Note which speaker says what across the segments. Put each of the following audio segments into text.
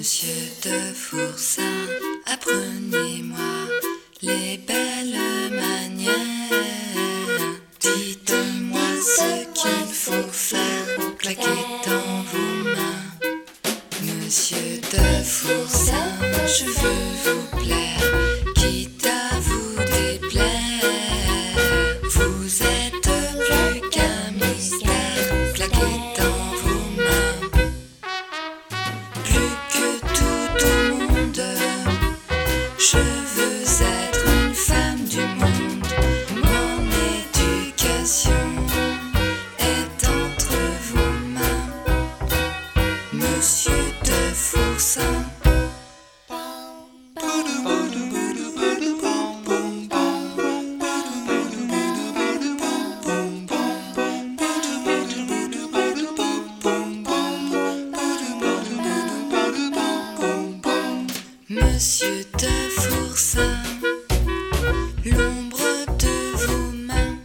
Speaker 1: Monsieur de Fourcin, apprenez-moi les belles manières. Dites-moi ce qu'il faut faire pour claquer dans vos mains. Monsieur de Fourcin, je veux vous plaire, quitte à vous déplaire. Vous êtes plus qu'un mystère, claquez dans vos mains. Plus que tout au monde, je veux être une femme du monde. Mon éducation est entre vos mains, Monsieur de Fourcin. Monsieur de Fourcin, l'ombre de vos mains.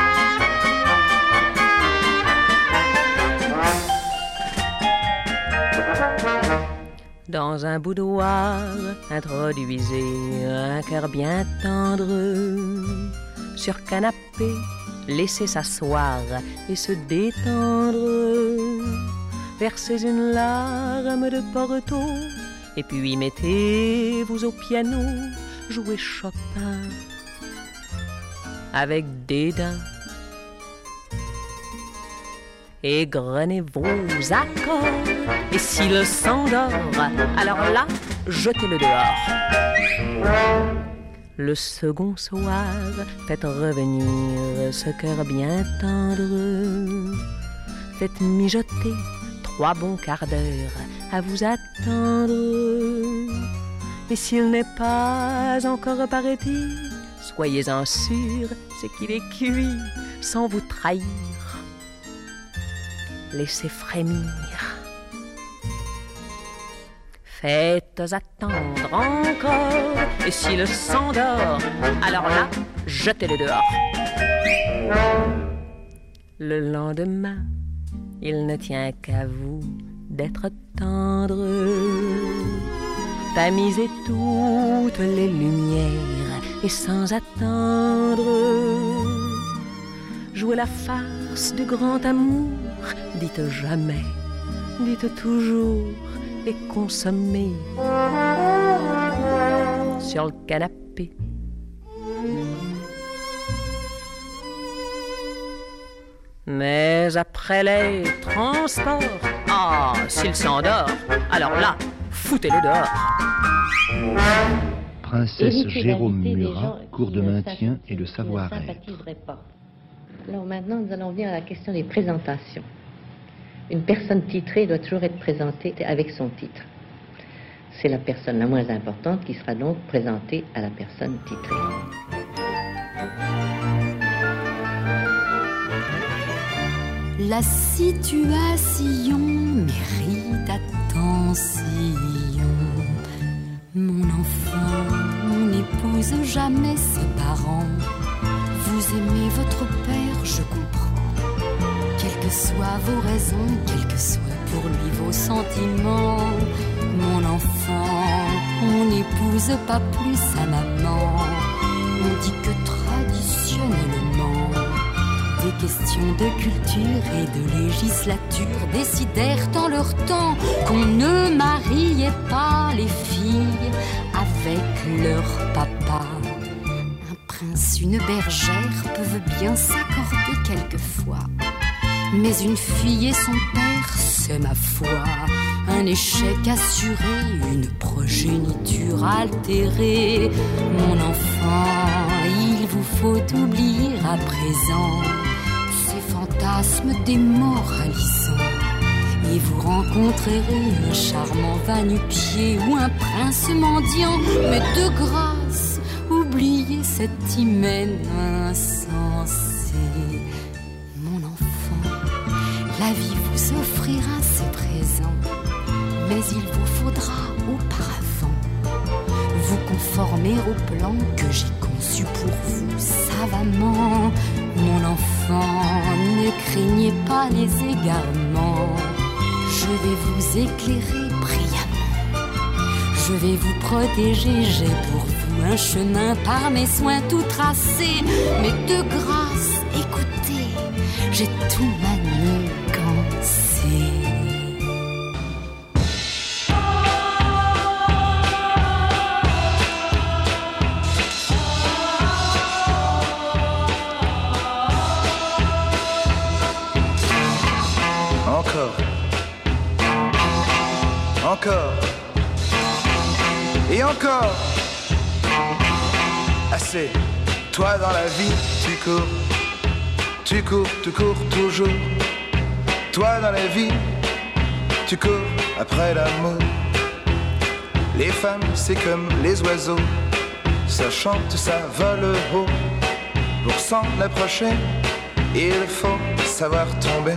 Speaker 2: Dans un boudoir, introduisez un cœur bien tendre. Sur canapé, laissez s'asseoir et se détendre. Versez une larme de Porto et puis mettez-vous au piano, jouez Chopin avec dédain. Égrenez vos accords, et s'il s'endort, alors là, jetez-le dehors. Le second soir, faites revenir ce cœur bien tendre. Faites mijoter 3 bons quarts d'heure à vous attendre. Et s'il n'est pas encore parti, soyez-en sûr, c'est qu'il est cuit sans vous trahir. Laissez frémir. Faites attendre encore, et s'il s'endort, alors là, jetez-le dehors. Le lendemain, il ne tient qu'à vous d'être tendre. Tamisez toutes les lumières et sans attendre, jouez la farce du grand amour. Dites jamais, dites toujours et consommez sur le canapé. Mais après les transports, s'il s'endort, alors là, foutez-le dehors.
Speaker 3: Princesse Jérôme Murat, cours de maintien et de savoir-être.
Speaker 4: Alors maintenant, nous allons venir à la question des présentations. Une personne titrée doit toujours être présentée avec son titre. C'est la personne la moins importante qui sera donc présentée à la personne titrée.
Speaker 5: La situation mérite attention. Mon enfant, on n'épouse jamais ses parents. Vous aimez votre père, je comprends. Quelles que soient vos raisons, quels que soient pour lui vos sentiments. Mon enfant, on n'épouse pas plus sa maman. On dit que traditionnellement, des questions de culture et de législature décidèrent en leur temps qu'on ne mariait pas les filles avec leur papa. Un prince, une bergère peuvent bien s'accorder quelquefois, mais une fille et son père, c'est ma foi un échec assuré, une progéniture altérée. Mon enfant, il vous faut oublier à présent ces fantasmes démoralisants, et vous rencontrerez un charmant va-nu-pied ou un prince mendiant. Mais de grâce, oubliez cet hymen insensé. Mon enfant, la vie vous offrira ses présents, mais il vous faudra auparavant vous conformer au plan que j'ai conçu pour vous savamment. Mon enfant, ne craignez pas les égarements, je vais vous éclairer brillamment. je vais vous protéger. J'ai pour vous un chemin par mes soins tout tracé. Mais de grâce, écoutez, j'ai tout manigancé.
Speaker 6: Encore et encore. Assez. Toi dans la vie, tu cours toujours. Toi dans la vie, tu cours après l'amour. Les femmes, c'est comme les oiseaux, ça chante, ça vole haut. Pour s'en approcher, il faut savoir tomber.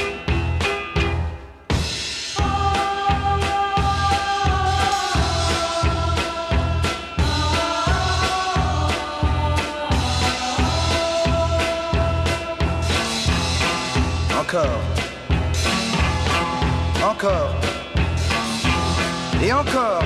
Speaker 6: Encore et encore.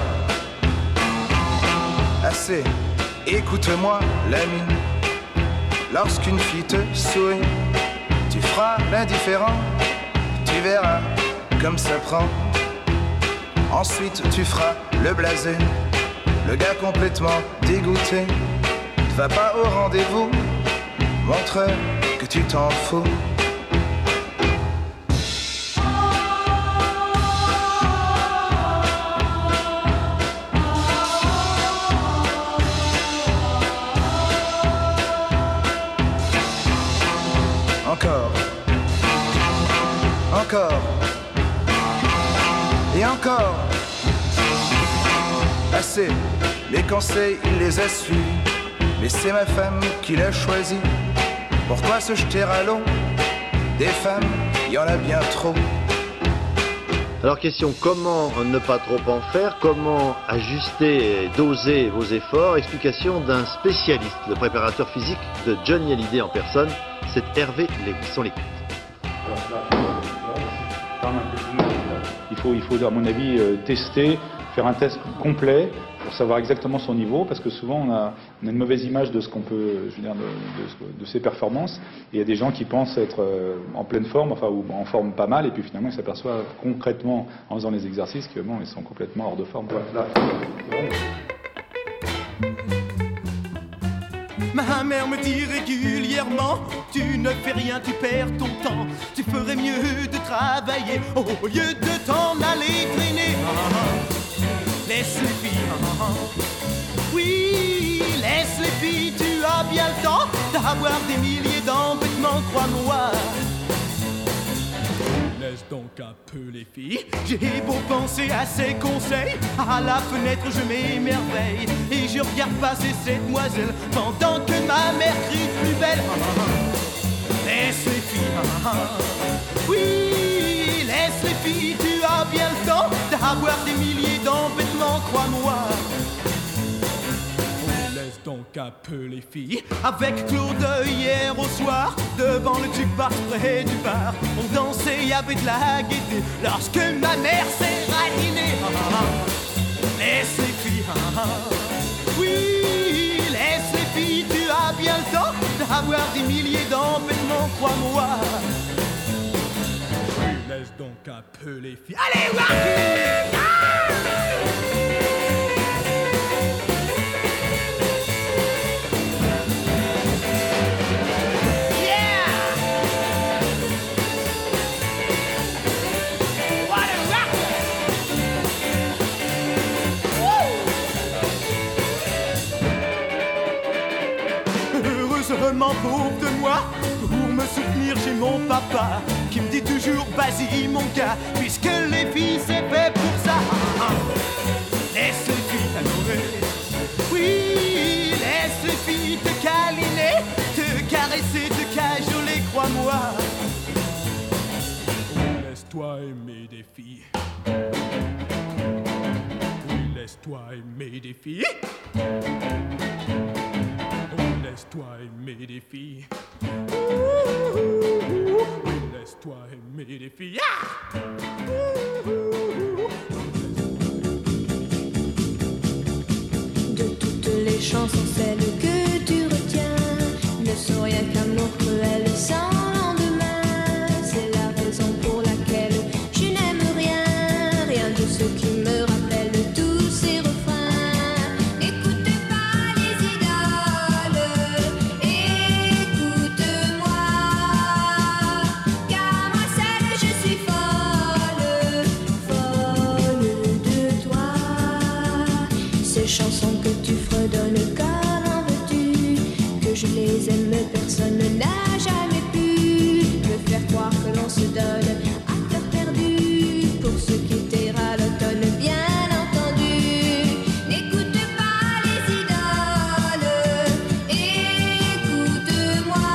Speaker 6: Assez. Écoute-moi, l'ami. Lorsqu'une fille te sourit, tu feras l'indifférent. Tu verras comme ça prend. Ensuite tu feras le blasé, le gars complètement dégoûté. Ne va pas au rendez-vous, montre que tu t'en fous. Encore et encore. Assez. Les conseils, il les a suivis, mais c'est ma femme qui l'a choisi. Pourquoi se jeter à l'eau? Des femmes, il y en a bien trop.
Speaker 7: Alors question, comment ne pas trop en faire? Comment ajuster et doser vos efforts? Explication d'un spécialiste, le préparateur physique de Johnny Hallyday en personne, c'est Hervé Lévy. On l'écoute.
Speaker 8: Il faut à mon avis tester, faire un test complet pour savoir exactement son niveau, parce que souvent on a une mauvaise image de ce qu'on peut, je veux dire, de ses performances. Et il y a des gens qui pensent être en pleine forme, enfin ou en forme pas mal, et puis finalement ils s'aperçoivent concrètement en faisant les exercices que bon, ils sont complètement hors de forme. Voilà.
Speaker 9: Ma mère me dit régulièrement, tu ne fais rien, tu perds ton temps. Tu ferais mieux de travailler au lieu de t'en aller traîner. Laisse les filles, oui, laisse les filles, tu as bien le temps d'avoir des milliers d'embêtements, crois-moi. Laisse donc un peu les filles. J'ai beau penser à ses conseils, à la fenêtre je m'émerveille et je regarde passer cette demoiselle pendant que ma mère crie plus belle. Laisse les filles, oui, laisse les filles, tu as bien le temps d'avoir des milliers d'embêtements, crois-moi. Laisse donc un peu les filles. Avec Claude hier au soir, devant le jukebox près du bar, on dansait, y avait de la gaieté lorsque ma mère s'est ranimée. Laisse les filles, oui, laisse les filles, tu as bien le temps d'avoir des milliers d'embêtements, crois-moi. Laisse donc un peu les filles. Allez, Joachim! Heureusement pauvre de moi, pour me soutenir j'ai mon papa qui me dit toujours vas-y mon gars, puisque les filles c'est fait pour ça. Laisse les filles t'adorer, oui, laisse les filles te câliner, te caresser, te cajoler, crois-moi. Laisse-toi aimer des filles, oui, laisse-toi aimer des filles. Laisse-toi aimer des filles. Oui, laisse-toi aimer des filles.
Speaker 10: chansons, celles que tu retiens, ne sont rien qu'amour cruel sans lendemain. C'est la raison pour laquelle je n'aime rien, rien de ce qui me rappelle tous ces refrains. Écoutez pas les idoles, écoute-moi, car moi seule je suis folle, folle de toi. Ces chansons que tu fredonnes, comment veux-tu que je les aime? Personne n'a jamais pu me faire croire que l'on se donne à cœur perdu pour se quitter à l'automne, bien entendu. N'écoute pas les idoles, écoute-moi,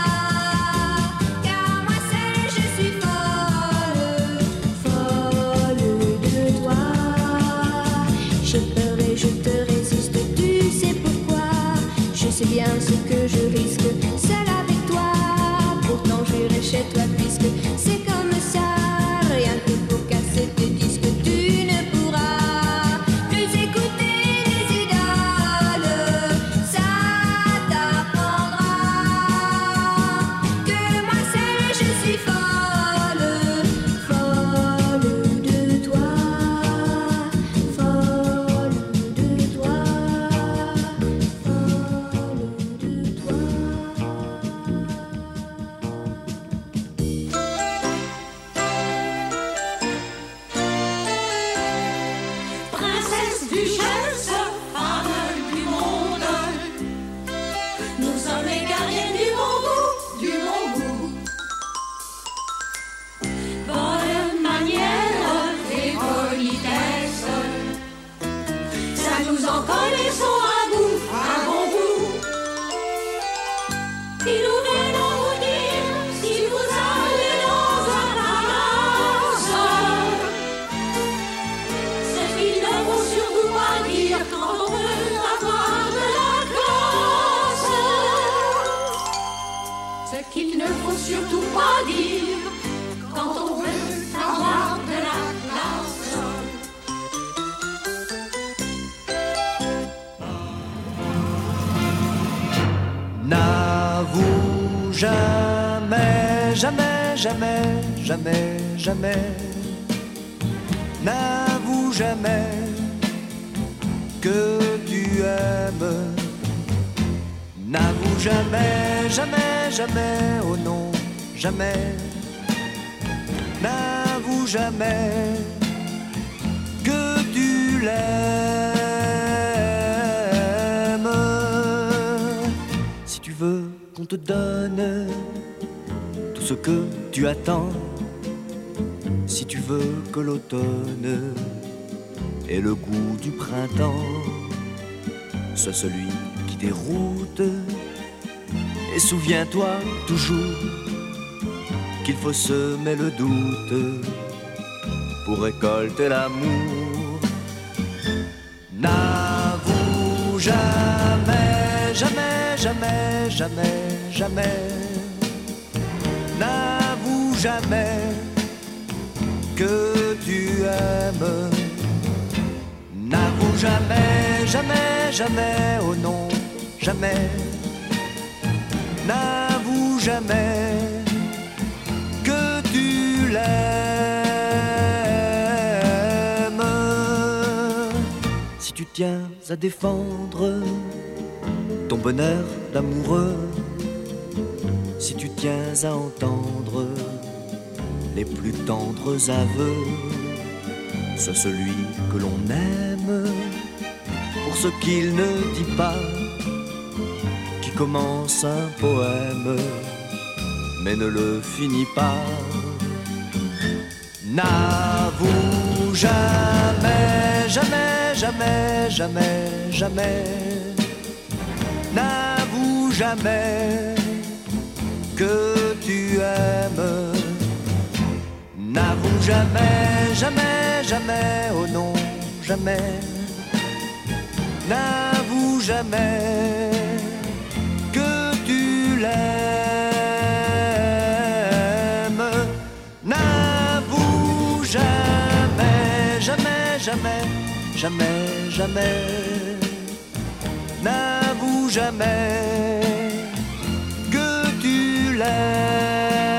Speaker 10: car moi seule je suis folle, folle de toi. J'ai peur et je te résiste, tu sais pourquoi? Je sais bien ce que je risque, seul avec toi. Pourtant j'irai chez toi puisque c'est comme ça. Rien que pour casser tes disques, tu ne pourras plus écouter les idoles. Ça t'apprendra que moi seule je suis folle, folle de toi, folle de toi, folle de toi.
Speaker 11: Princesse, duchesse, femme du monde, nous sommes les gardiennes du bon goût, du bon goût. Bonne manière et politesse, ça nous en connaissons un goût, un bon goût. Et nous venons vous dire, si vous allez dans un palace, ce qu'il ne faut surtout pas dire quand on veut avoir de la classe. Ce qu'il ne faut surtout pas dire quand on veut avoir de la classe.
Speaker 12: N'avoue jamais, jamais, jamais, jamais, jamais. N'avoue jamais que tu aimes. N'avoue jamais, jamais, jamais, oh non, jamais. N'avoue jamais que tu l'aimes. Si tu veux qu'on te donne tout ce que tu attends, si tu veux que l'automne ait le goût du printemps, sois celui qui déroute. Et souviens-toi toujours qu'il faut semer le doute pour récolter l'amour. N'avoue jamais, jamais, jamais, jamais, jamais. N'avoue jamais que tu aimes. N'avoue jamais, jamais, jamais, oh non, jamais. N'avoue jamais que tu l'aimes. Si tu tiens à défendre ton bonheur d'amoureux, si tu tiens à entendre les plus tendres aveux, sois celui que l'on aime pour ce qu'il ne dit pas, qui commence un poème mais ne le finit pas. N'avoue jamais, jamais, jamais, jamais, jamais. N'avoue jamais que tu aimes. N'avoue jamais, jamais, jamais, oh non, jamais. N'avoue jamais que tu l'aimes. N'avoue jamais, jamais, jamais, jamais, jamais. n'avoue jamais que tu l'aimes.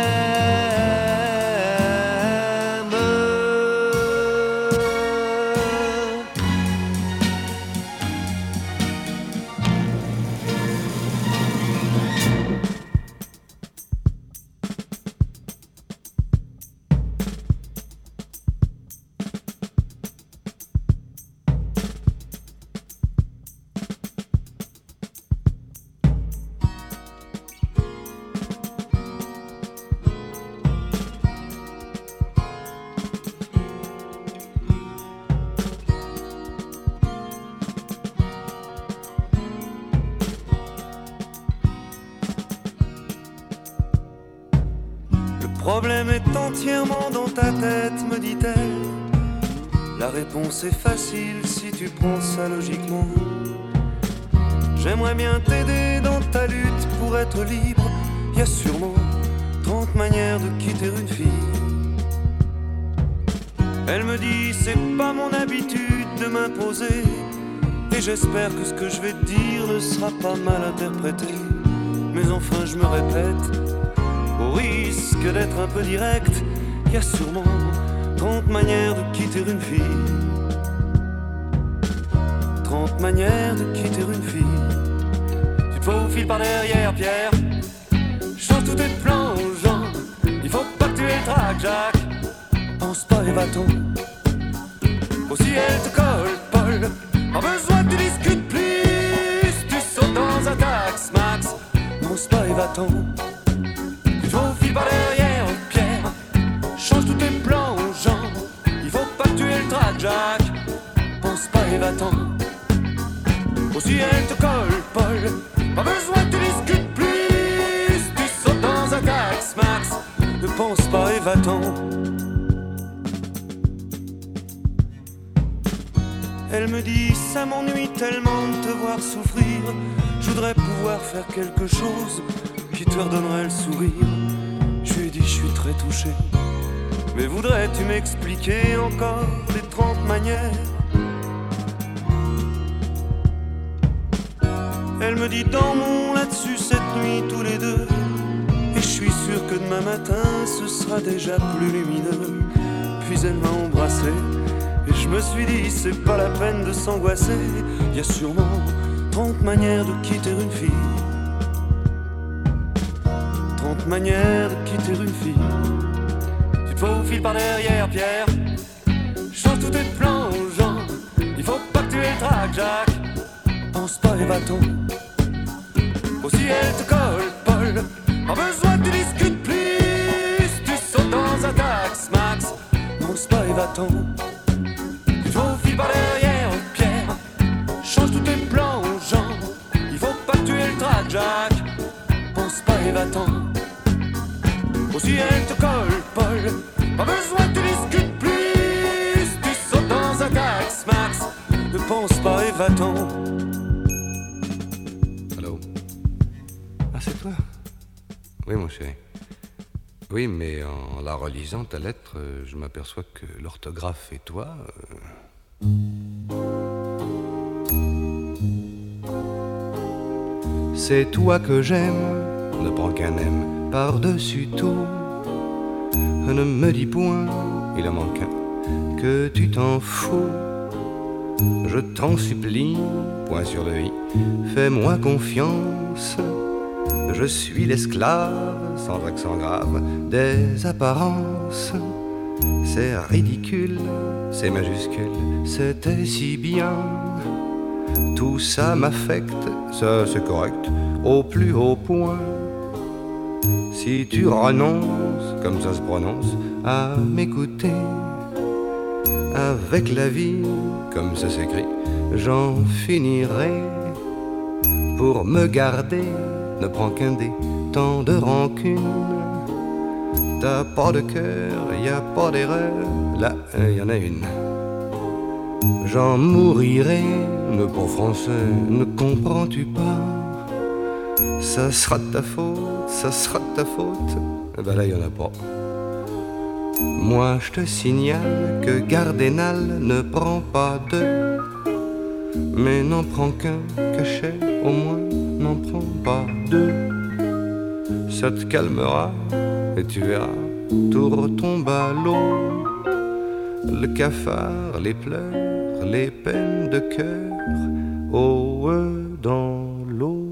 Speaker 13: Le problème est entièrement dans ta tête, me dit-elle. La réponse est facile si tu prends ça logiquement. J'aimerais bien t'aider dans ta lutte pour être libre. Y a sûrement 30 manières de quitter une fille. Elle me dit c'est pas mon habitude de m'imposer, et j'espère que ce que je vais te dire ne sera pas mal interprété. Mais enfin je me répète, au risque d'être un peu direct, y a sûrement 30 manières de quitter une fille. 30 manières de quitter une fille. Tu te faufiles par derrière, Pierre. Change tous tes plans aux gens. Il faut pas que tu aies le trac, Jacques. Pense pas et va-t'en. Aussi elle te colle, Paul. Pas besoin que tu discutes plus. Tu sautes dans un tax, Max. Pense pas et va-t'en. Tu te faufiles par derrière, Pierre. Change tous tes plans aux gens. Il faut pas que tu aies le trac, Jacques. Pense pas et va-t'en. Aussi elle te colle, Paul. Pas besoin que tu discutes plus. Tu sautes dans un tax, Max. Ne pense pas et va-t'en. Elle me dit ça m'ennuie tellement de te voir souffrir. Je voudrais pouvoir faire quelque chose qui te redonnerait le sourire. Je lui ai dit je suis très touché, mais voudrais-tu m'expliquer encore les 30 manières? Elle me dit dormons là-dessus cette nuit tous les deux, et je suis sûr que demain matin ce sera déjà plus lumineux. Puis elle m'a embrassé, et je me suis dit c'est pas la peine de s'angoisser. Y a sûrement 30 manières de quitter une fille. 30 manières de quitter une fille. Tu te faufiles par derrière, Pierre. Change tous tes plans aux gens. Il faut pas que tu aies le trac, Jacques. Pense pas et va-t'en. Aussi elle te colle, Paul. Pas besoin que tu discutes plus. Tu sautes dans un tax, Max. Pense pas et va-t'en. Tu te faufiles par derrière, Pierre. Change tous tes plans aux gens. Il faut pas que tu aies le trac, Jacques. Pense pas et va-t'en. Aussi elle te colle, Paul. Pas besoin que tu discutes plus. Tu sautes dans un tax, Max. Ne pense pas et va-t'en.
Speaker 14: Allô? Ah, c'est toi? Oui, mon chéri. Oui, mais en la relisant, ta lettre, je m'aperçois que l'orthographe et toi... C'est toi que j'aime, ne prends qu'un aime par-dessus tout. Ne me dis point, il en manque un, que tu t'en fous. Je t'en supplie, point sur le i, fais-moi confiance. Je suis l'esclave, sans accent grave, des apparences. C'est ridicule, c'est majuscule, c'était si bien. Tout ça m'affecte, ça c'est correct, au plus haut point. Si tu renonces, comme ça se prononce, à m'écouter, avec la vie, comme ça s'écrit, j'en finirai. Pour me garder, ne prends qu'un dé, tant de rancune. T'as pas de cœur, y a pas d'erreur, là y en a une. J'en mourirai, ne pas français, ne comprends-tu pas? Ça sera de ta faute, ça sera de ta faute. Eh ben là y en a pas. Moi je te signale que Gardénal ne prend pas deux. mais n'en prends qu'un cachet, au moins n'en prends pas deux. Ça te calmera et tu verras, tout retombe à l'eau. Le cafard, les pleurs, les peines de cœur, oh, dans l'eau.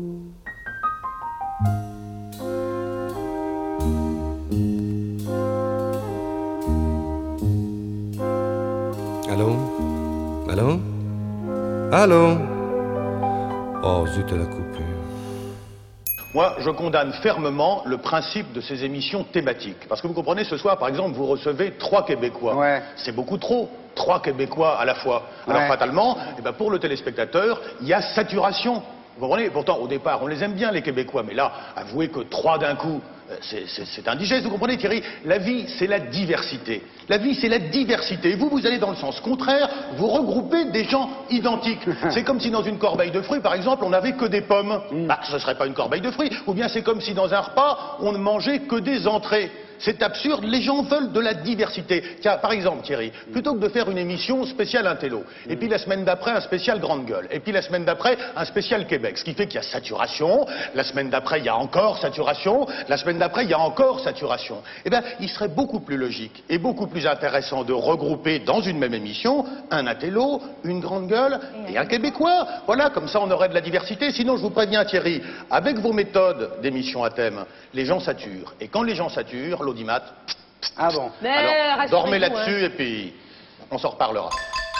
Speaker 14: Allô? Allô? Allô? Oh, zut, elle a coupé.
Speaker 15: Moi, je condamne fermement le principe de ces émissions thématiques. Parce que vous comprenez, ce soir, par exemple, vous recevez 3 Québécois.
Speaker 16: Ouais.
Speaker 15: C'est beaucoup trop. 3 Québécois à la fois. Alors,
Speaker 16: Ouais.
Speaker 15: fatalement, eh ben, pour le téléspectateur, il y a saturation. Vous comprenez? Pourtant, au départ, on les aime bien, les Québécois. Mais là, avouez que 3 d'un coup, c'est indigeste. Vous comprenez, Thierry? La vie, c'est la diversité. La vie, c'est la diversité. Et vous, vous allez dans le sens contraire. Vous regroupez des gens identiques. C'est comme si dans une corbeille de fruits, par exemple, on n'avait que des pommes. Bah, ce ne serait pas une corbeille de fruits. Ou bien c'est comme si dans un repas, on ne mangeait que des entrées. C'est absurde, les gens veulent de la diversité. Tiens, par exemple, Thierry, plutôt que de faire une émission spéciale Intello, et puis la semaine d'après un spécial Grande Gueule, et puis la semaine d'après un spécial Québec, ce qui fait qu'il y a saturation, la semaine d'après il y a encore saturation, la semaine d'après il y a encore saturation. Eh bien, il serait beaucoup plus logique et beaucoup plus intéressant de regrouper dans une même émission un Intello, une Grande Gueule et un Québécois. Voilà, comme ça on aurait de la diversité. Sinon, je vous préviens, Thierry, avec vos méthodes d'émission à thème, les gens saturent. Et quand les gens saturent, l'audimat.
Speaker 16: Ah bon?
Speaker 15: Alors, dormez là-dessus et puis on s'en reparlera.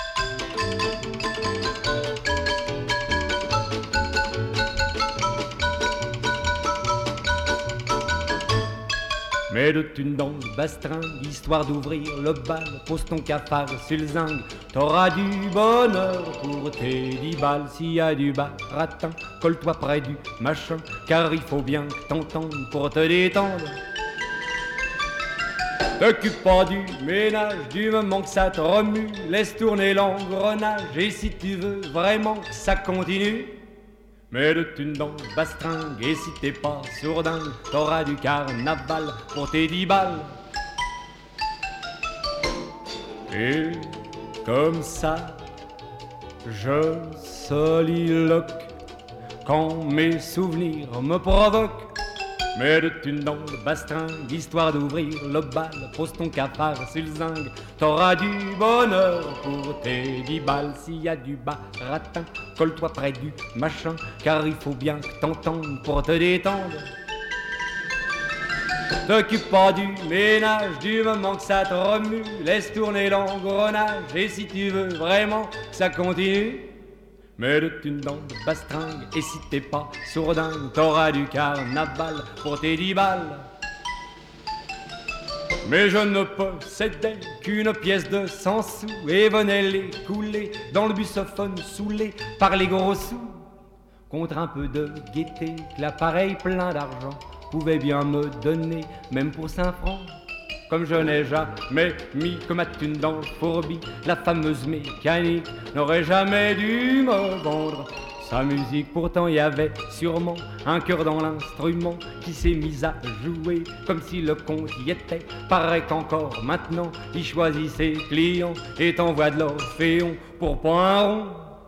Speaker 17: Mets-le une dans le bastringue, histoire d'ouvrir le bal. Pose ton cafard sur le zinc, t'auras du bonheur pour tes 10 balles. S'il y a du baratin, colle-toi près du machin, car il faut bien que t'entendes pour te détendre. T'occupe pas du ménage, du moment que ça te remue, laisse tourner l'engrenage, et si tu veux vraiment que ça continue, mets le thune dans le bastringue, et si t'es pas sourdingue, t'auras du carnaval pour tes 10 balles. Et comme ça, je soliloque quand mes souvenirs me provoquent. Mets le thune dans le bastringue, histoire d'ouvrir le bal. Pose ton cafard sur le zinc, t'auras du bonheur pour tes 10 balles. S'il y a du baratin, colle-toi près du machin, car il faut bien que t'entendes pour te détendre. T'occupe pas du ménage, du moment que ça te remue, laisse tourner l'engrenage, et si tu veux vraiment que ça continue, mets le thune dans le bastringue, et si t'es pas sourdingue, t'auras du carnaval pour tes 10 balles. Mais je ne possédais qu'une pièce de 100 sous, et venais les couler dans le busophone saoulé par les gros sous. Contre un peu de gaieté, que l'appareil plein d'argent pouvait bien me donner, même pour 5 francs. Comme je n'ai jamais mis que ma thune dans le fourbi, la fameuse mécanique n'aurait jamais dû me vendre sa musique. Pourtant il y avait sûrement un cœur dans l'instrument qui s'est mis à jouer comme si le compte y était. Paraît qu'encore maintenant il choisit ses clients et t'envoie de l'orphéon pour pas un rond.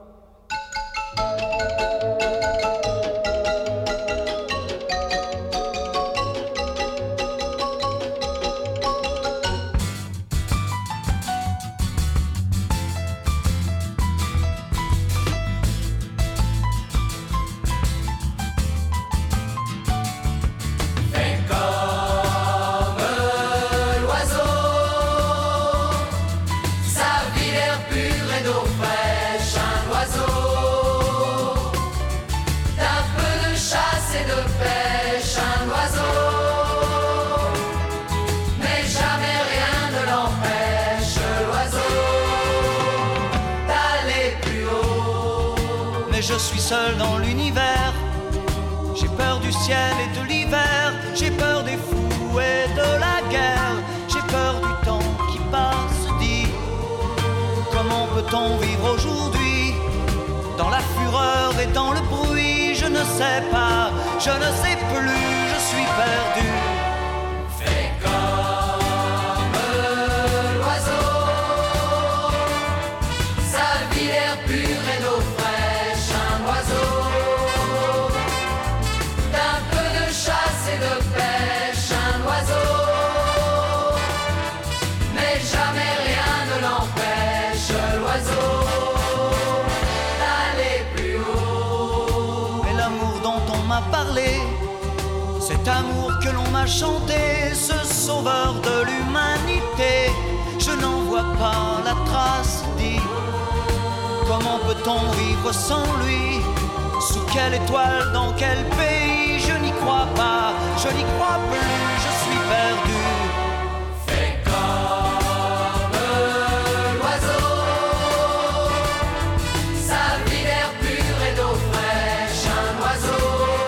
Speaker 18: Je suis seul dans l'univers. J'ai peur du ciel et de l'hiver. J'ai peur des fous et de la guerre. J'ai peur du temps qui passe. Dis, comment peut-on vivre aujourd'hui dans la fureur et dans le bruit? Je ne sais pas, je ne sais plus, je suis perdu.
Speaker 11: Fais comme l'oiseau, sa vie l'air pur et nos frères.
Speaker 18: parler. Cet amour que l'on m'a chanté, ce sauveur de l'humanité, je n'en vois pas la trace, dis. Comment peut-on vivre sans lui? Sous quelle étoile, dans quel pays? Je n'y crois pas, je n'y crois plus, je suis perdu.
Speaker 11: Fais comme l'oiseau, sa vie d'air pur et d'eau fraîche, un oiseau,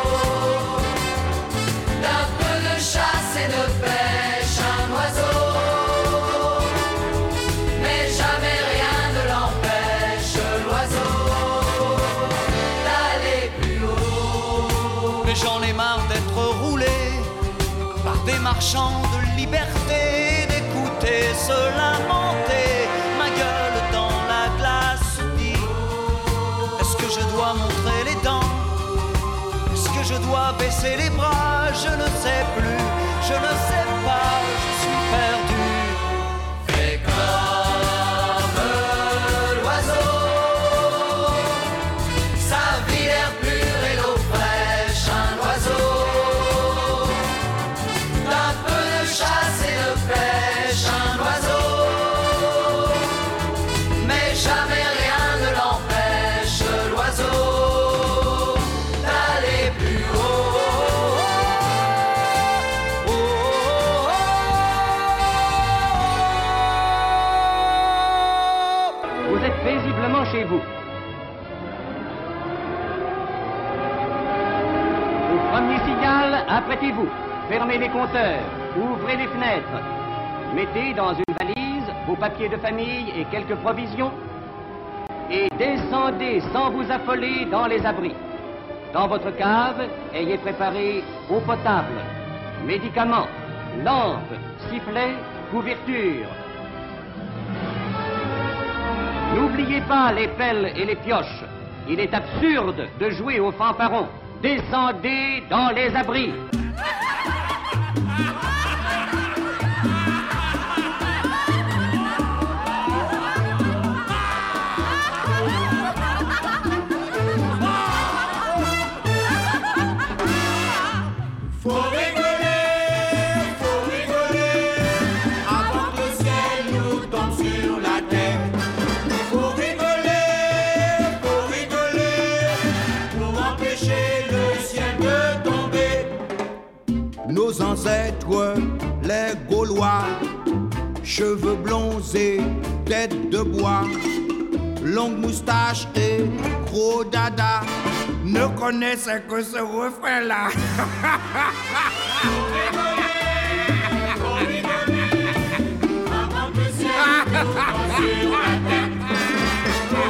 Speaker 11: d'un peu de chasse et de pêche, un oiseau, mais jamais rien ne l'empêche, l'oiseau, d'aller plus haut.
Speaker 18: Mais j'en ai marre d'être roulé par des marchands de liberté, d'écouter se lamenter, ma gueule dans la glace dit. Est-ce que je dois montrer les dents? Est-ce que je dois baisser les bras? Je ne sais plus, je ne sais pas, je suis perdu.
Speaker 11: Fais comme l'oiseau, sa vie d'air pur et d'eau fraîche, un oiseau, d'un peu de chasse et de pêche, un oiseau, mais jamais rien ne l'empêche, l'oiseau, d'aller plus haut.
Speaker 16: Vous êtes paisiblement chez vous. Au premier signal, apprêtez-vous. Fermez les compteurs, ouvrez les fenêtres. Mettez dans une valise vos papiers de famille et quelques provisions. Et descendez sans vous affoler dans les abris. Dans votre cave, ayez préparé eau potable, médicaments, lampes, sifflets, couvertures. N'oubliez pas les pelles et les pioches. Il est absurde de jouer au fanfaron. Descendez dans les abris.
Speaker 11: Faut rigoler, avant que le ciel nous tombe sur la tête. Faut rigoler, pour empêcher le ciel de tomber.
Speaker 19: Nos ancêtres, les Gaulois, cheveux blonds et tête de bois, longue moustache et gros dada, ne connaissaient que ce refrain-là.
Speaker 11: Faut rigoler, avant que le ciel nous tombe sur la tête. Faut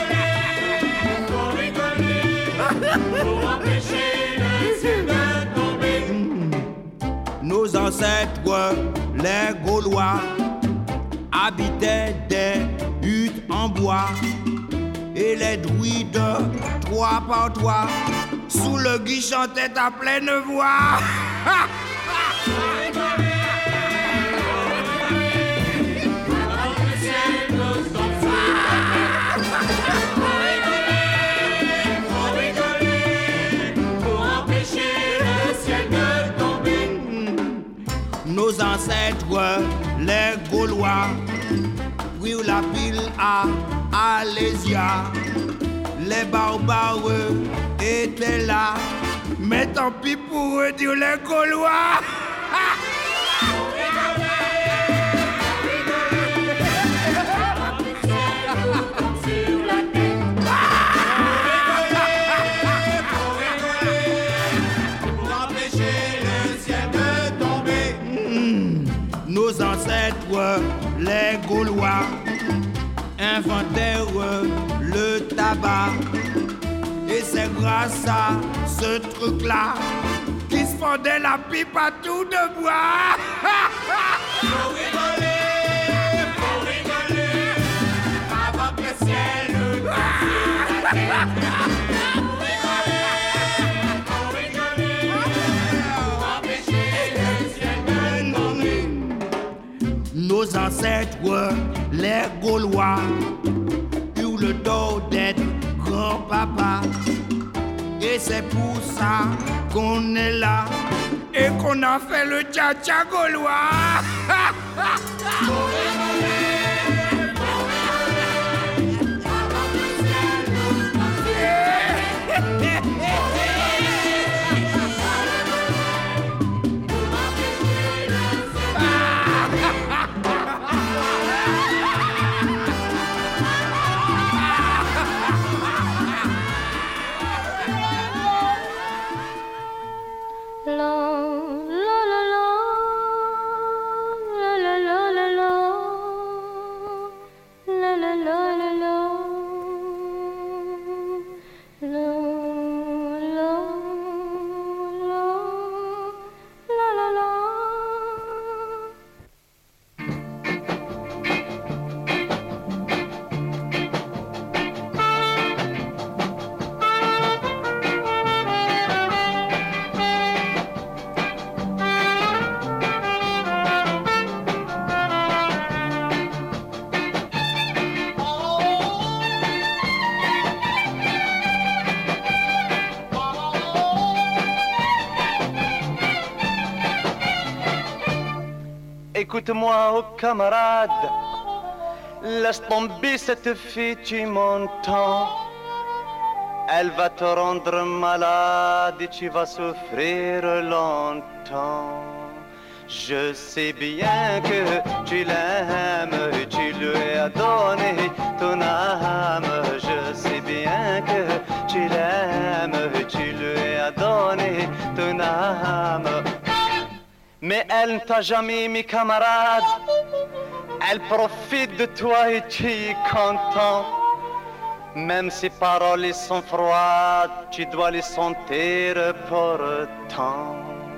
Speaker 11: rigoler, pour empêcher le ciel de tomber.
Speaker 19: Nos ancêtres, les Gaulois, habitaient des huttes en bois et les druides, 3 par 3, sous le gui chantaient à pleine voix. Nos ancêtres, les Gaulois, prirent la ville à Alésia. Les barbares étaient là, mais tant pis pour eux, dire les Gaulois. Nos ancêtres, les Gaulois, inventèrent le tabac. Et c'est grâce à ce truc-là qu'ils se fendaient la pipe à tout de bois.
Speaker 11: Faut rigoler, avant que le ciel nous tombe sur la tête. Faut rigoler, pour empêcher le ciel de tomber.
Speaker 19: Nos ancêtres, les Gaulois, eurent le tort d'être grand-papa. Et c'est pour ça qu'on est là et qu'on a fait le tcha-tcha gaulois.
Speaker 18: Écoute-moi, oh camarade, laisse tomber cette fille, tu m'entends. Elle va te rendre malade et tu vas souffrir longtemps. Je sais bien que tu l'aimes, tu lui as donné ton âme. Je sais bien que tu l'aimes, tu lui as donné ton âme. Mais elle ne t'a jamais mis camarade. Elle profite de toi et tu es content. Même ses paroles sont froides, tu dois les sentir pourtant.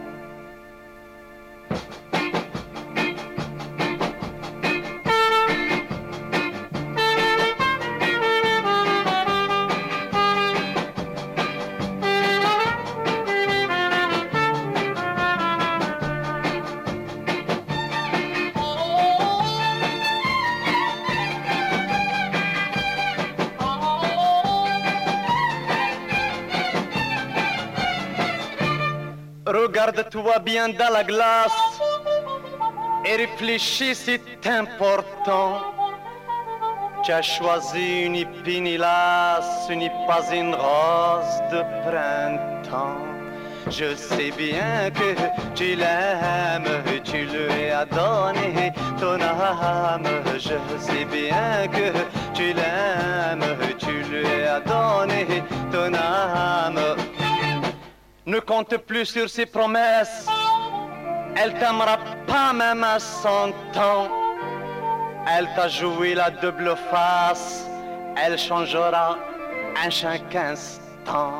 Speaker 18: Regarde-toi bien dans la glace et réfléchis, c'est important. Tu as choisi une épine, hélas, ce n'est pas une rose de printemps. Je sais bien que tu l'aimes, tu lui as donné ton âme. Je sais bien que tu l'aimes, tu lui as donné ton âme. Ne compte plus sur ses promesses, elle t'aimera pas même à 100 ans. Elle t'a joué la double face, elle changera à chaque instant.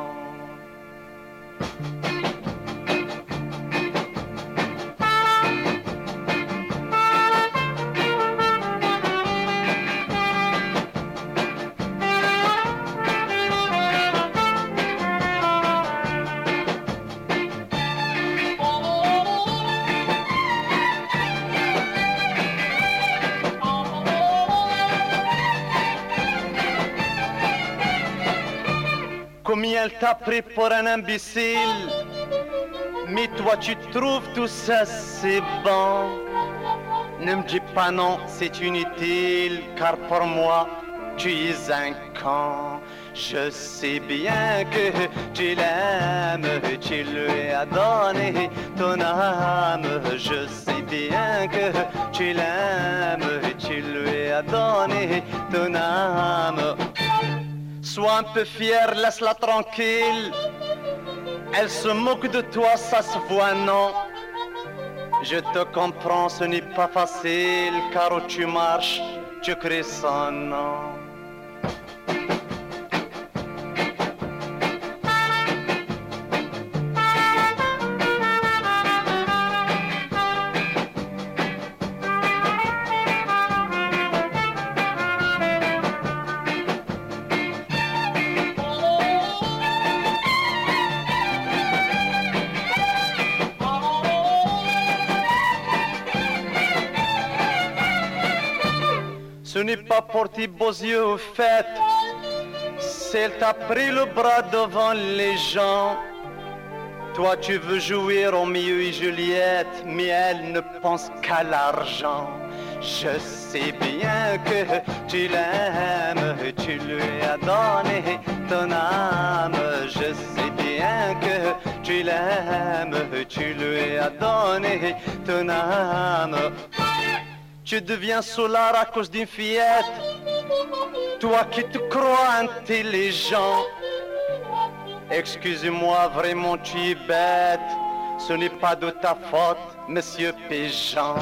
Speaker 18: Combien elle t'a pris pour un imbécile, mais toi tu trouves tout ça c'est bon. Ne me dis pas non, c'est inutile, car pour moi tu es un con. Je sais bien que tu l'aimes, tu lui as donné ton âme. Je sais bien que tu l'aimes, tu lui as donné ton âme. Sois un peu fier, laisse-la tranquille. Elle se moque de toi, ça se voit, non. Je te comprends, ce n'est pas facile, car où tu marches, tu crées son nom. Ce n'est pas pour tes beaux yeux au fait,
Speaker 20: elle t'a pris le bras devant les gens. Toi tu veux jouer Roméo et Juliette, mais elle ne pense qu'à l'argent. Je sais bien que tu l'aimes, tu lui as donné ton âme. Je sais bien que tu l'aimes, tu lui as donné ton âme. Tu deviens soulard à cause d'une fillette, toi qui te crois intelligent. Excusez-moi, vraiment tu es bête, ce n'est pas de ta faute, monsieur Péjean.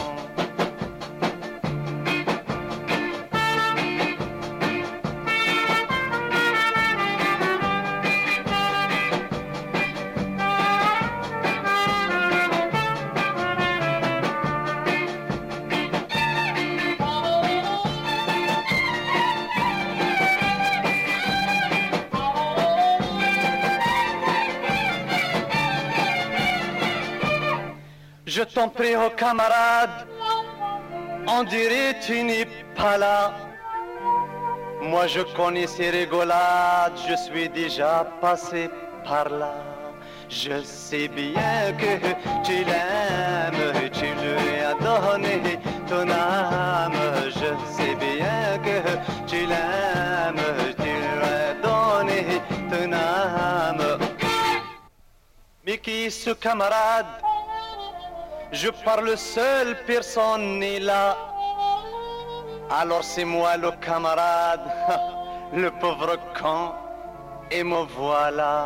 Speaker 20: Je t'en prie, oh camarade, on dirait tu n'es pas là. Moi je connais ces rigolades, je suis déjà passé par là. Je sais bien que tu l'aimes, tu lui as donné ton âme. Je sais bien que tu l'aimes, tu lui as donné ton âme. Mais qui est ce camarade? Je parle seul, personne n'est là. Alors c'est moi le camarade, le pauvre con, et me voilà.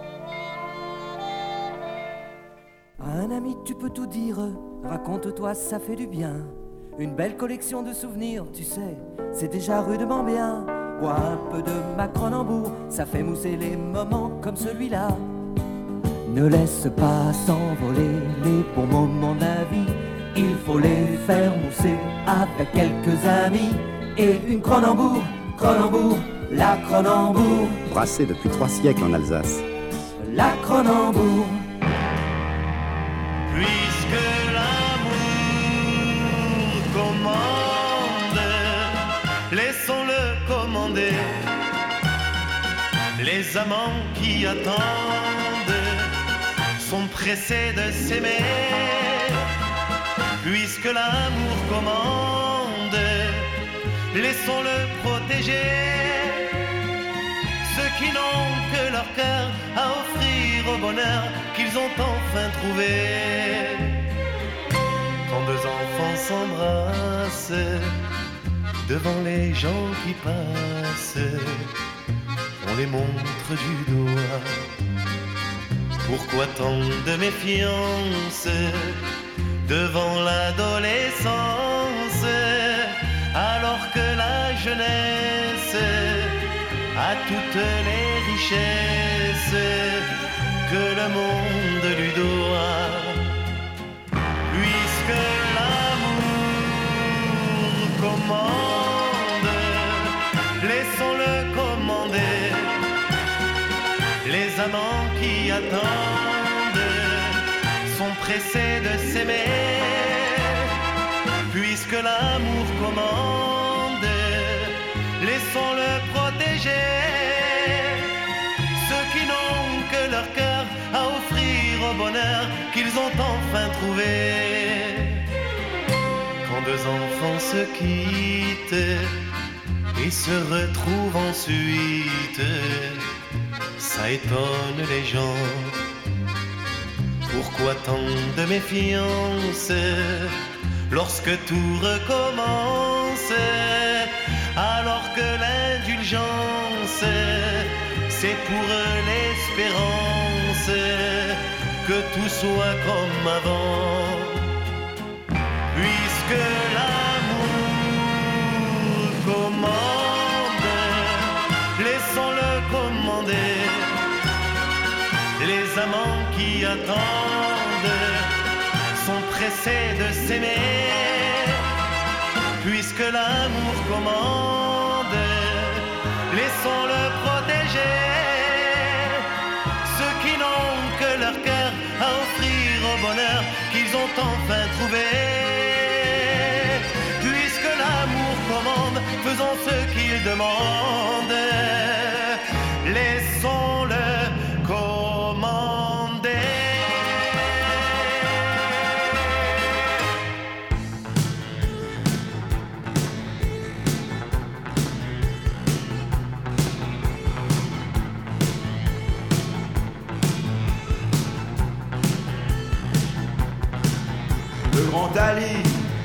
Speaker 21: À un ami tu peux tout dire, raconte-toi, ça fait du bien. Une belle collection de souvenirs, tu sais, c'est déjà rudement bien. Bois un peu de ma Cronenbourg, ça fait mousser les moments comme celui-là. Ne laisse pas s'envoler les bons moments de la vie. Il faut les faire mousser avec quelques amis. Et une Cronenbourg, Cronenbourg, la Cronenbourg.
Speaker 22: Brassée depuis 3 siècles en Alsace.
Speaker 21: La Cronenbourg.
Speaker 23: Puisque l'amour commande, laissons-le commander. Les amants qui attendent sont pressés de s'aimer. Puisque l'amour commande, laissons-le protéger. Ceux qui n'ont que leur cœur à offrir au bonheur qu'ils ont enfin trouvé. Quand deux enfants s'embrassent devant les gens qui passent, on les montre du doigt. Pourquoi tant de méfiance devant l'adolescence, alors que la jeunesse a toutes les richesses que le monde lui doit? Puisque l'amour commande, laissons-le commander. Les amants qui attendent sont pressés de s'aimer. Puisque l'amour commande, laissons-le protéger. Ceux qui n'ont que leur cœur à offrir au bonheur qu'ils ont enfin trouvé. Quand deux enfants se quittent et se retrouvent ensuite, ça étonne les gens. Pourquoi tant de méfiance lorsque tout recommence, alors que l'indulgence, c'est pour l'espérance que tout soit comme avant? Puisque l'amour commande, laissons-le commander. Les amants qui attendent sont pressés de s'aimer. Puisque l'amour commande, laissons-le protéger. Ceux qui n'ont que leur cœur à offrir au bonheur qu'ils ont enfin trouvé. Puisque l'amour commande, faisons ce qu'il demande. laissons-le commander.
Speaker 1: Le grand Ali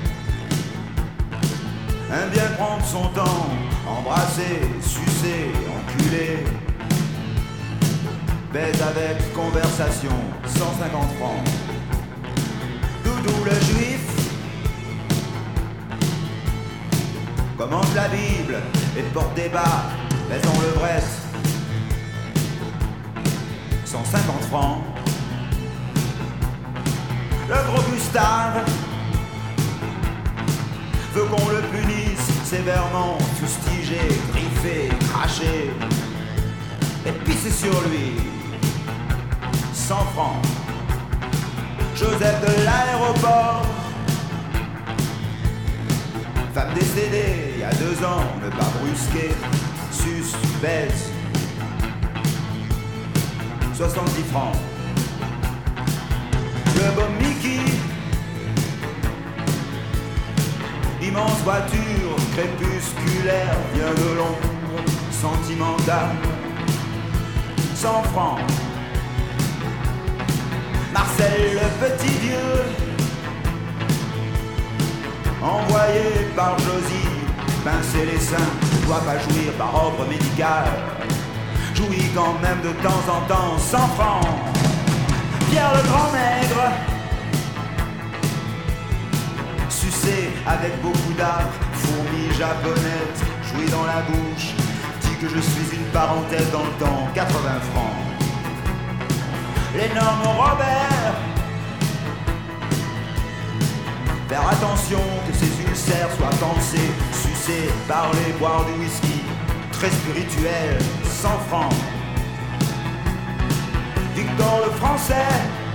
Speaker 1: aime bien prendre son temps, embrasser, sucer, enculer. Bête avec conversation, 150 francs. Doudou le juif commente la Bible et porte des bas, baisant le Brest, 150 francs. Le gros Gustave veut qu'on le punisse sévèrement, fustigé, griffé, craché et pisser sur lui, 100 francs. Joseph de l'aéroport, femme décédée il y a 2 ans, ne pas brusquer, sus, baisse, 70 francs. Le beau Mickey, immense voiture crépusculaire, vient de Londres, sentimentale, 100 francs. Marcel le petit vieux, envoyé par Josie, pincer les seins, ne doit pas jouir par ordre médical, jouit quand même de temps en temps, 100 francs. Pierre le grand maigre, sucé avec beaucoup d'art, fourmi japonaise, jouit dans la bouche, dit que je suis une parenthèse dans le temps, 80 francs. L'énorme Robert, faire attention que ses ulcères soient pansés, sucés, parler, boire du whisky, très spirituel, 100 francs. Victor le français,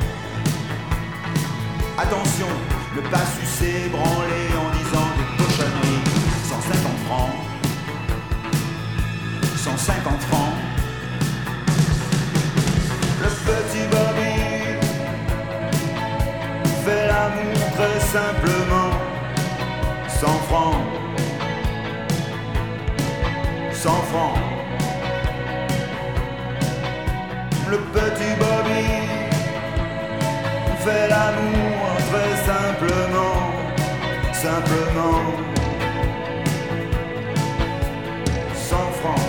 Speaker 1: attention, ne pas sucer, branler en disant des cochonneries, 150 francs. 150 francs. Le petit Bobby fait l'amour très simplement, 100 francs. 100 francs. Le petit Bobby fait l'amour très simplement, simplement. 100 francs.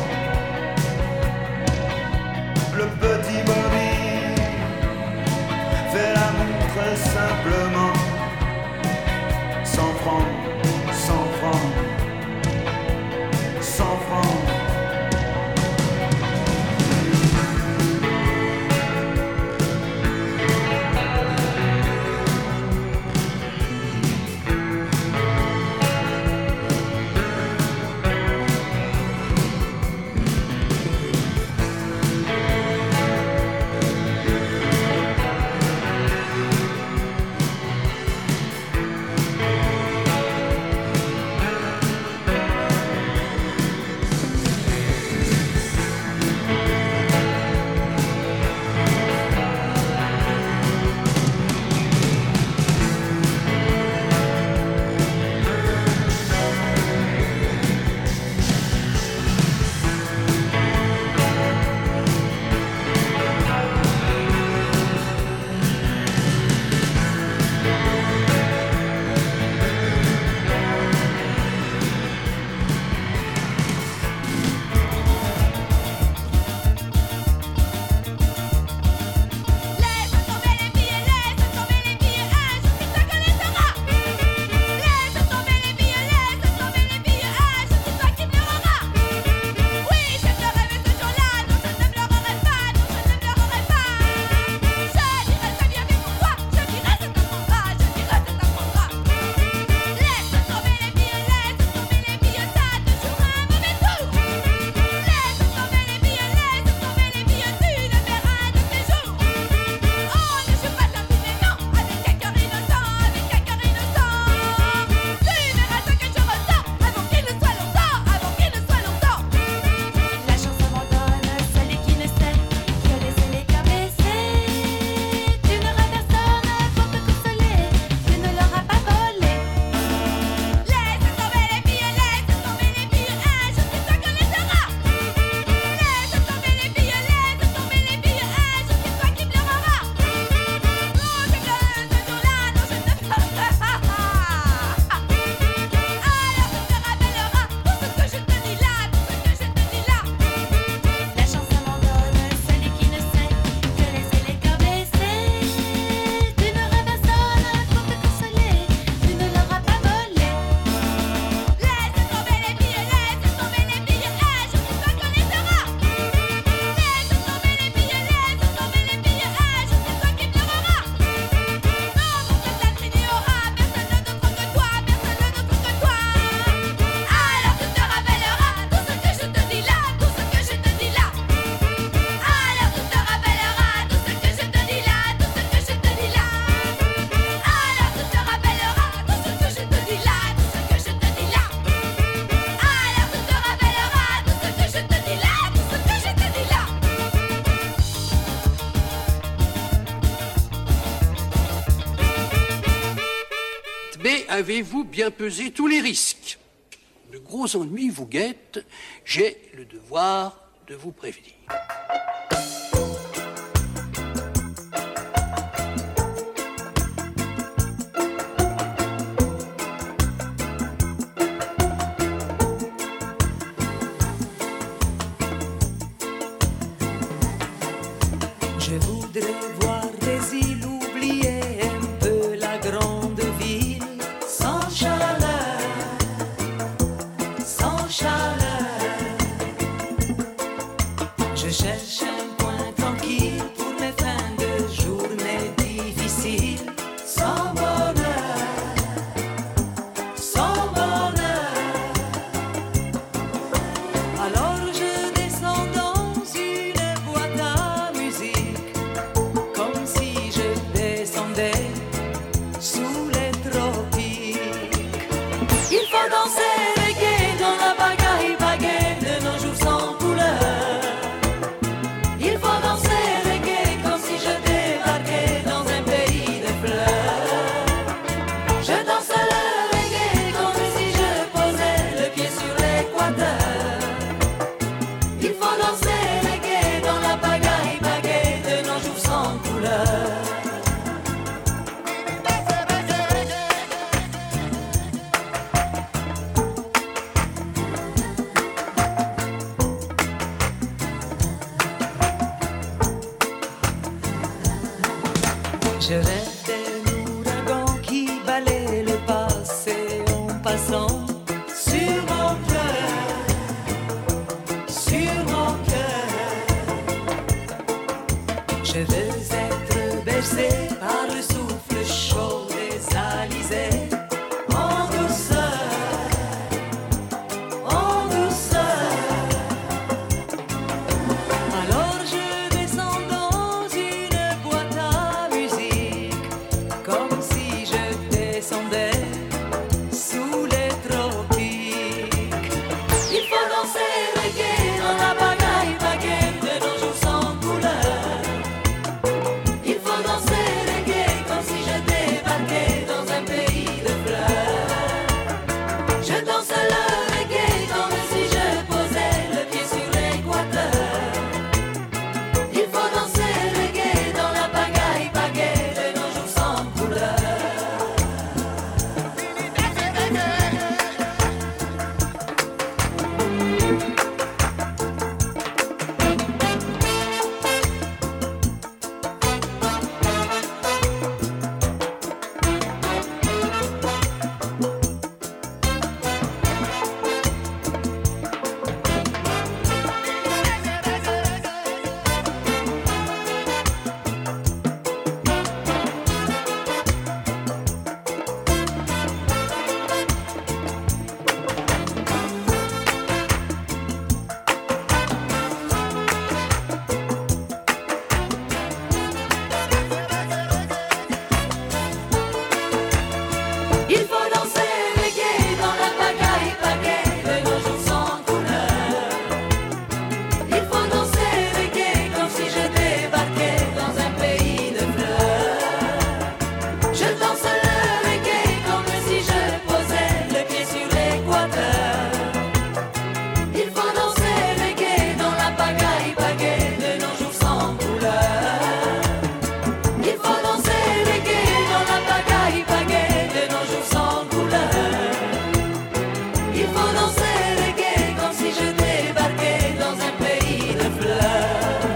Speaker 1: Le petit Bobby fait l'amour très simplement, 100 francs, 100 francs, 100 francs.
Speaker 2: avez-vous bien pesé tous les risques? De gros ennuis vous guettent, j'ai le devoir de vous prévenir.
Speaker 21: Je voudrais voir des îles oubliées, un peu la grande ville, sans chaleur, sans chaleur. Je cherche un coin tranquille pour mes fins de journée difficiles, sans bonheur, sans bonheur. Alors je descends dans une boîte à musique, comme si je descendais sous les tropiques. Il faut danser reggae dans la bagaille baguette de nos jours sans couleur. Il faut danser reggae comme si je débarquais dans un pays de fleurs. Je danse le reggae comme si je posais le pied sur l'équateur. Il faut danser reggae dans la bagaille baguette de nos jours sans couleur. Je rêve d'un ouragan qui balaie le passé en passant sur mon cœur, sur mon cœur. Je veux être bercé par le souffle chaud des alizés, en douceur, en douceur. Alors je descends dans une boîte à musique, comme si je descendais sous les tropiques. Il faut danser reggae dans la bagaille baguette de nos jours sans couleur. Il faut danser reggae comme si je débarquais dans un pays de fleurs. Je danse le reggae comme si je posais le pied sur l'équateur. Il faut danser reggae dans la bagaille baguette de nos jours sans couleur. Il faut danser reggae dans la bagaille baguette de nos jours sans couleur. Il faut danser reggae comme si je débarquais dans un pays de fleurs. Je danse le reggae comme si je posais le pied sur l'équateur. Il faut danser reggae dans la bagaille baguette de nos jours sans couleur. Il faut danser reggae dans la bagaille baguette de nos jours sans couleur. Il faut danser reggae comme si je débarquais dans un pays de fleurs.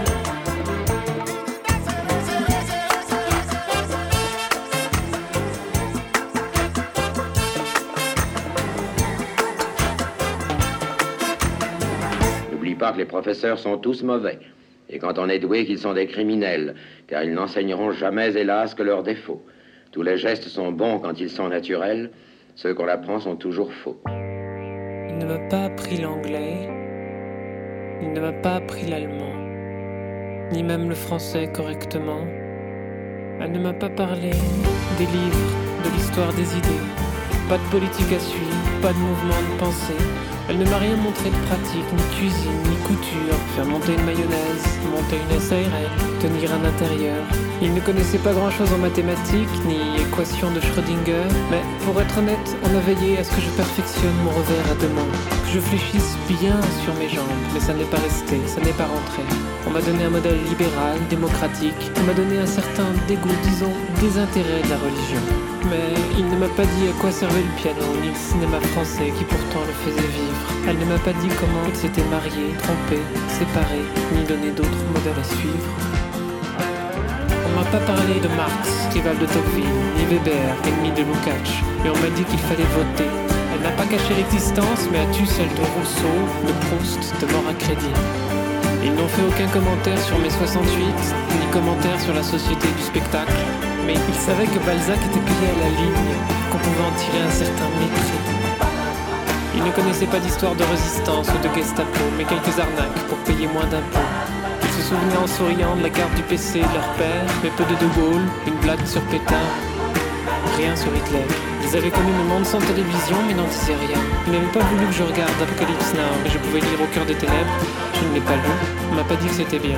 Speaker 3: N'oublie pas que les professeurs sont tous mauvais. Et quand on est doué, qu'ils sont des criminels, car ils n'enseigneront jamais, hélas, que leurs défauts. Tous les gestes sont bons quand ils sont naturels, ceux qu'on apprend sont toujours faux.
Speaker 4: Il ne m'a pas appris l'anglais, il ne m'a pas appris l'allemand, ni même le français correctement. Elle ne m'a pas parlé des livres, de l'histoire des idées, pas de politique à suivre, pas de mouvement de pensée. Elle ne m'a rien montré de pratique, ni cuisine, ni couture, faire monter une mayonnaise, monter une SARL, tenir un intérieur. Il ne connaissait pas grand-chose en mathématiques, ni équations de Schrödinger, mais pour être honnête, on a veillé à ce que je perfectionne mon revers à deux mains, que je fléchisse bien sur mes jambes, mais ça n'est pas resté, ça n'est pas rentré. On m'a donné un modèle libéral, démocratique, on m'a donné un certain dégoût, disons, désintérêt de la religion. Mais il ne m'a pas dit à quoi servait le piano, ni le cinéma français qui pourtant le faisait vivre. Elle ne m'a pas dit comment il s'était marié, trompé, séparé, ni donné d'autres modèles à suivre. On m'a pas parlé de Marx, rival de Tocqueville, ni Weber, ennemi de Lukács, et on m'a dit qu'il fallait voter. Elle n'a pas caché l'existence, mais a tu celle de Rousseau, de Proust, de mort à crédit. Ils n'ont fait aucun commentaire sur mai 68, ni commentaire sur la société du spectacle, mais ils savaient que Balzac était payé à la ligne, qu'on pouvait en tirer un certain mépris. Ils ne connaissaient pas d'histoire de résistance ou de Gestapo, mais quelques arnaques pour payer moins d'impôts. Ils se souvenaient en souriant de la carte du PC de leur père, mais peu de Gaulle, une blague sur Pétain, rien sur Hitler. Ils avaient connu le monde sans télévision, mais n'en disaient rien. Ils n'avaient pas voulu que je regarde Apocalypse Now, mais je pouvais lire Au cœur des ténèbres. Je ne l'ai pas lu, on m'a pas dit que c'était bien.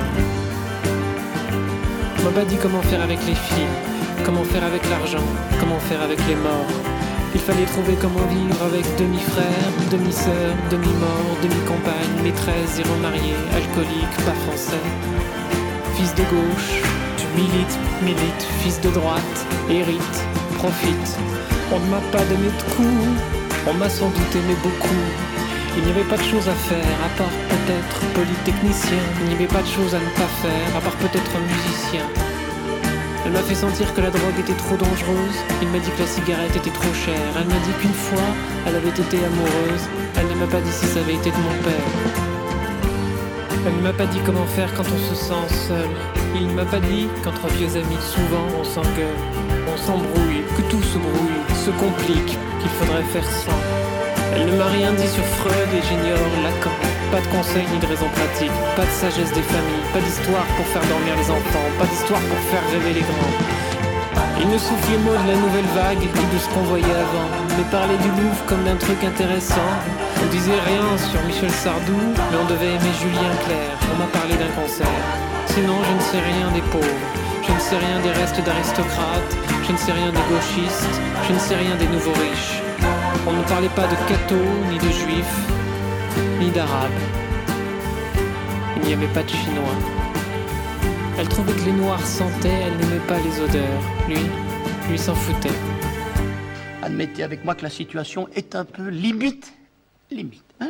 Speaker 4: On m'a pas dit comment faire avec les filles, comment faire avec l'argent, comment faire avec les morts. Il fallait trouver comment vivre avec demi-frère, demi-sœur, demi-mort, demi-compagne, maîtresse, zéro marié, alcoolique, pas français. Fils de gauche, tu milites, fils de droite, hérite, profite. On ne m'a pas donné de coups, on m'a sans doute aimé beaucoup. Il n'y avait pas de choses à faire, à part peut-être polytechnicien. Il n'y avait pas de choses à ne pas faire, à part peut-être musicien. Elle m'a fait sentir que la drogue était trop dangereuse. Il m'a dit que la cigarette était trop chère. Elle m'a dit qu'une fois, elle avait été amoureuse. Elle ne m'a pas dit si ça avait été de mon père. Elle ne m'a pas dit comment faire quand on se sent seul. Il ne m'a pas dit qu'entre vieux amis, souvent on s'engueule, on s'embrouille, que tout se brouille, se complique, qu'il faudrait faire sans. Elle ne m'a rien dit sur Freud et j'ignore Lacan. Pas de conseils ni de raisons pratiques, pas de sagesse des familles, pas d'histoire pour faire dormir les enfants, pas d'histoire pour faire rêver les grands. Il ne soufflait mot de la nouvelle vague ni de ce qu'on voyait avant, mais parlait du Louvre comme d'un truc intéressant. On disait rien sur Michel Sardou, mais on devait aimer Julien Clerc. On m'a parlé d'un concert. Sinon je ne sais rien des pauvres, je ne sais rien des restes d'aristocrates, je ne sais rien des gauchistes, je ne sais rien des nouveaux riches. On ne parlait pas de cathos, ni de juifs, ni d'arabes. Il n'y avait pas de chinois. Elle trouvait que les noirs sentaient, elle n'aimait pas les odeurs. Lui s'en foutait.
Speaker 2: Admettez avec moi que la situation est un peu limite, hein?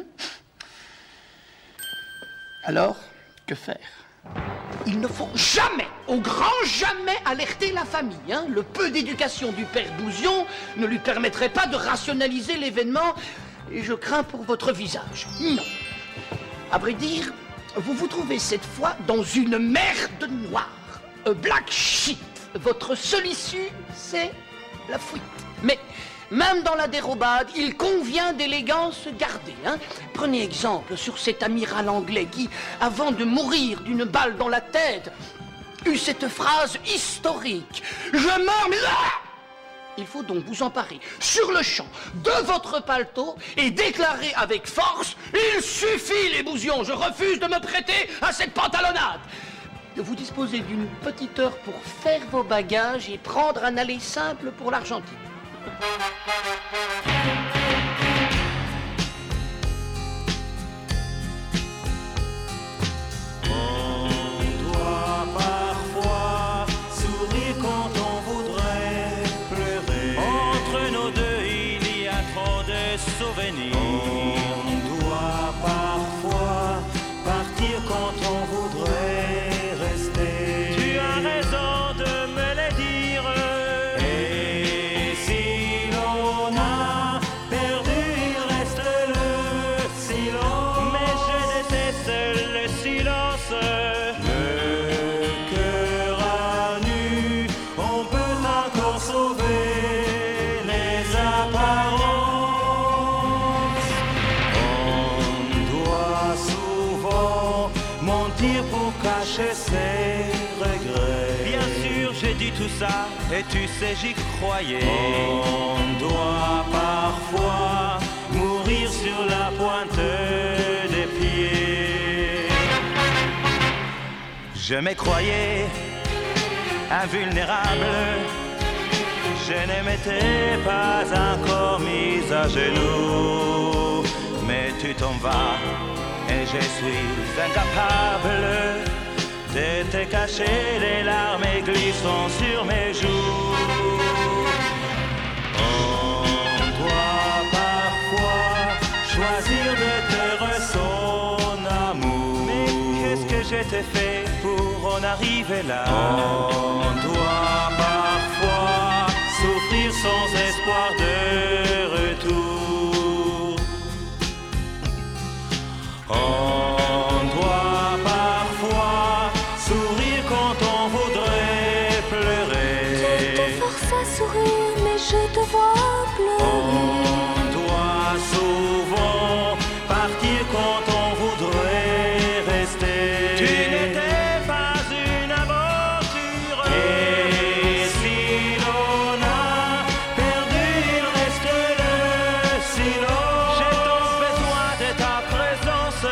Speaker 2: Alors, que faire? Il ne faut jamais, au grand jamais, alerter la famille. Hein. Le peu d'éducation du père Bouzion ne lui permettrait pas de rationaliser l'événement, et je crains pour votre visage. Non. À vrai dire, vous vous trouvez cette fois dans une merde noire. A black shit. Votre seule issue, c'est la fuite. Mais même dans la dérobade, il convient d'élégance garder. Hein. Prenez exemple sur cet amiral anglais qui, avant de mourir d'une balle dans la tête, eut cette phrase historique. Je meurs, mais... Il faut donc vous emparer sur le champ de votre paletot et déclarer avec force « Il suffit les Bouzions, je refuse de me prêter à cette pantalonnade !» De vous disposer d'une petite heure pour faire vos bagages et prendre un aller simple pour l'Argentine.
Speaker 23: On doit parfois sourire quand on voudrait pleurer. Entre nos deux, il y a trop de souvenirs. On doit parfois partir quand on voudrait rester. Tu as raison de me le dire. Et si l'on a perdu, il reste le silence. Mais je déteste le silence. Le cœur à nu, on peut encore sauver les apparences. On doit souvent mentir pour cacher ses regrets. Bien sûr, j'ai dit tout ça, et tu sais, j'y croyais. On doit parfois mourir sur la pointe Je me croyais invulnérable, je ne m'étais pas encore mise à genoux. Mais tu t'en vas et je suis incapable de te cacher les larmes glissant sur mes joues. On doit parfois choisir de taire son amour. Mais qu'est-ce que je t'ai fait pour en arriver là? On doit parfois souffrir sans espoir de retour. On doit parfois sourire quand on voudrait pleurer.
Speaker 10: Je te force à sourire, mais je te vois pleurer.
Speaker 23: On doit souvent partir quand on voudrait rester. Tu n'étais pas une aventure. Et si l'on a perdu, il reste le silence. J'ai tant besoin de ta présence.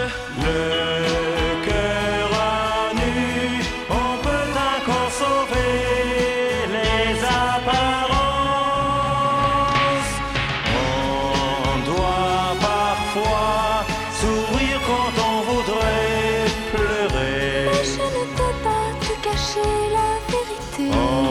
Speaker 23: Le cœur à nu, on peut encore sauver les apparences. On doit parfois sourire quand on voudrait pleurer.
Speaker 10: Mais je ne peux pas te cacher la vérité.